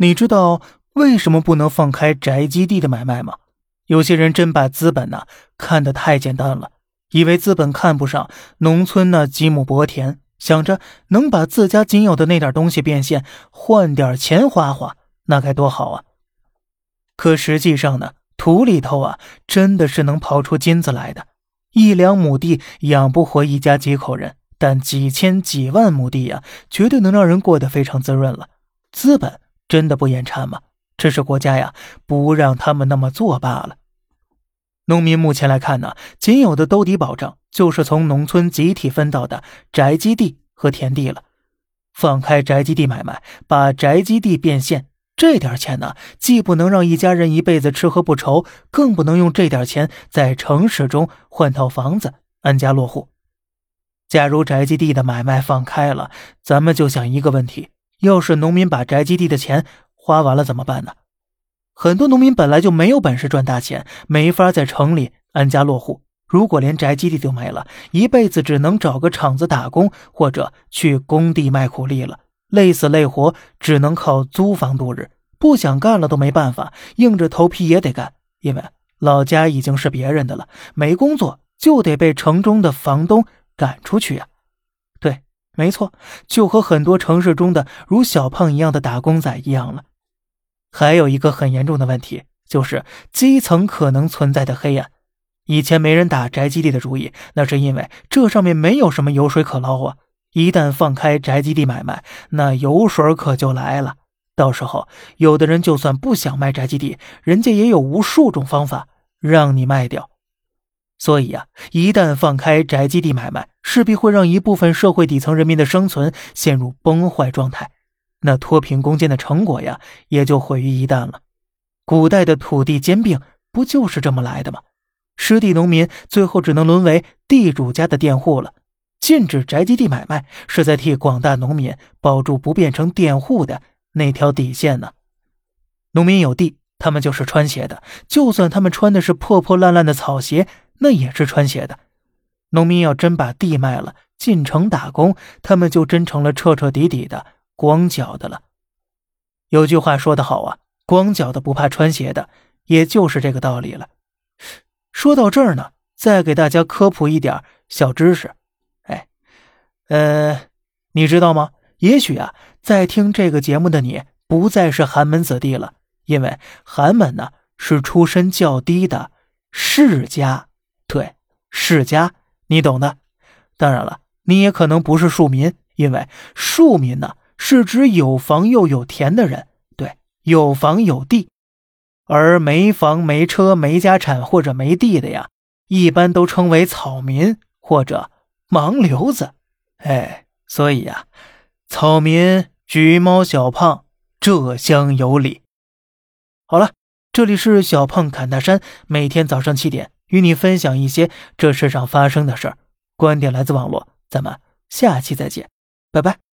你知道为什么不能放开宅基地的买卖吗？有些人真把资本看得太简单了，以为资本看不上农村那几亩薄田，想着能把自家仅有的那点东西变现，换点钱花花，那该多好啊！可实际上土里头真的是能刨出金子来的。1-2亩地养不活一家几口人，但几千几万亩地绝对能让人过得非常滋润了。资本真的不眼馋吗？这是国家不让他们那么做罢了。农民目前来看仅有的兜底保障就是从农村集体分到的宅基地和田地了。放开宅基地买卖，把宅基地变现，这点钱既不能让一家人一辈子吃喝不愁，更不能用这点钱在城市中换套房子安家落户。假如宅基地的买卖放开了，咱们就想一个问题，要是农民把宅基地的钱花完了怎么办呢？很多农民本来就没有本事赚大钱，没法在城里安家落户，如果连宅基地都没了，一辈子只能找个厂子打工，或者去工地卖苦力了，累死累活只能靠租房度日，不想干了都没办法，硬着头皮也得干，因为老家已经是别人的了，没工作就得被城中的房东赶出去对，没错，就和很多城市中的如小胖一样的打工仔一样了。还有一个很严重的问题，就是基层可能存在的黑暗。以前没人打宅基地的主意，那是因为这上面没有什么油水可捞一旦放开宅基地买卖，那油水可就来了。到时候有的人就算不想卖宅基地，人家也有无数种方法让你卖掉。所以一旦放开宅基地买卖，势必会让一部分社会底层人民的生存陷入崩坏状态，那脱贫攻坚的成果也就毁于一旦了。古代的土地兼并不就是这么来的吗？失地农民最后只能沦为地主家的佃户了。禁止宅基地买卖，是在替广大农民保住不变成佃户的那条底线呢。农民有地，他们就是穿鞋的，就算他们穿的是破破烂烂的草鞋，那也是穿鞋的。农民要真把地卖了，进城打工，他们就真成了彻彻底底的光脚的了。有句话说得好光脚的不怕穿鞋的，也就是这个道理了。说到这儿呢，再给大家科普一点小知识。你知道吗？也许在听这个节目的你不再是寒门子弟了，因为寒门是出身较低的世家。对，世家，你懂的。当然了，你也可能不是庶民，因为庶民是指有房又有田的人，对，有房有地。而没房没车没家产或者没地的一般都称为草民或者盲流子。所以草民橘猫小胖，这厢有理。好了，这里是小胖侃大山，每天早上7点与你分享一些这世上发生的事儿，观点来自网络，咱们下期再见，拜拜。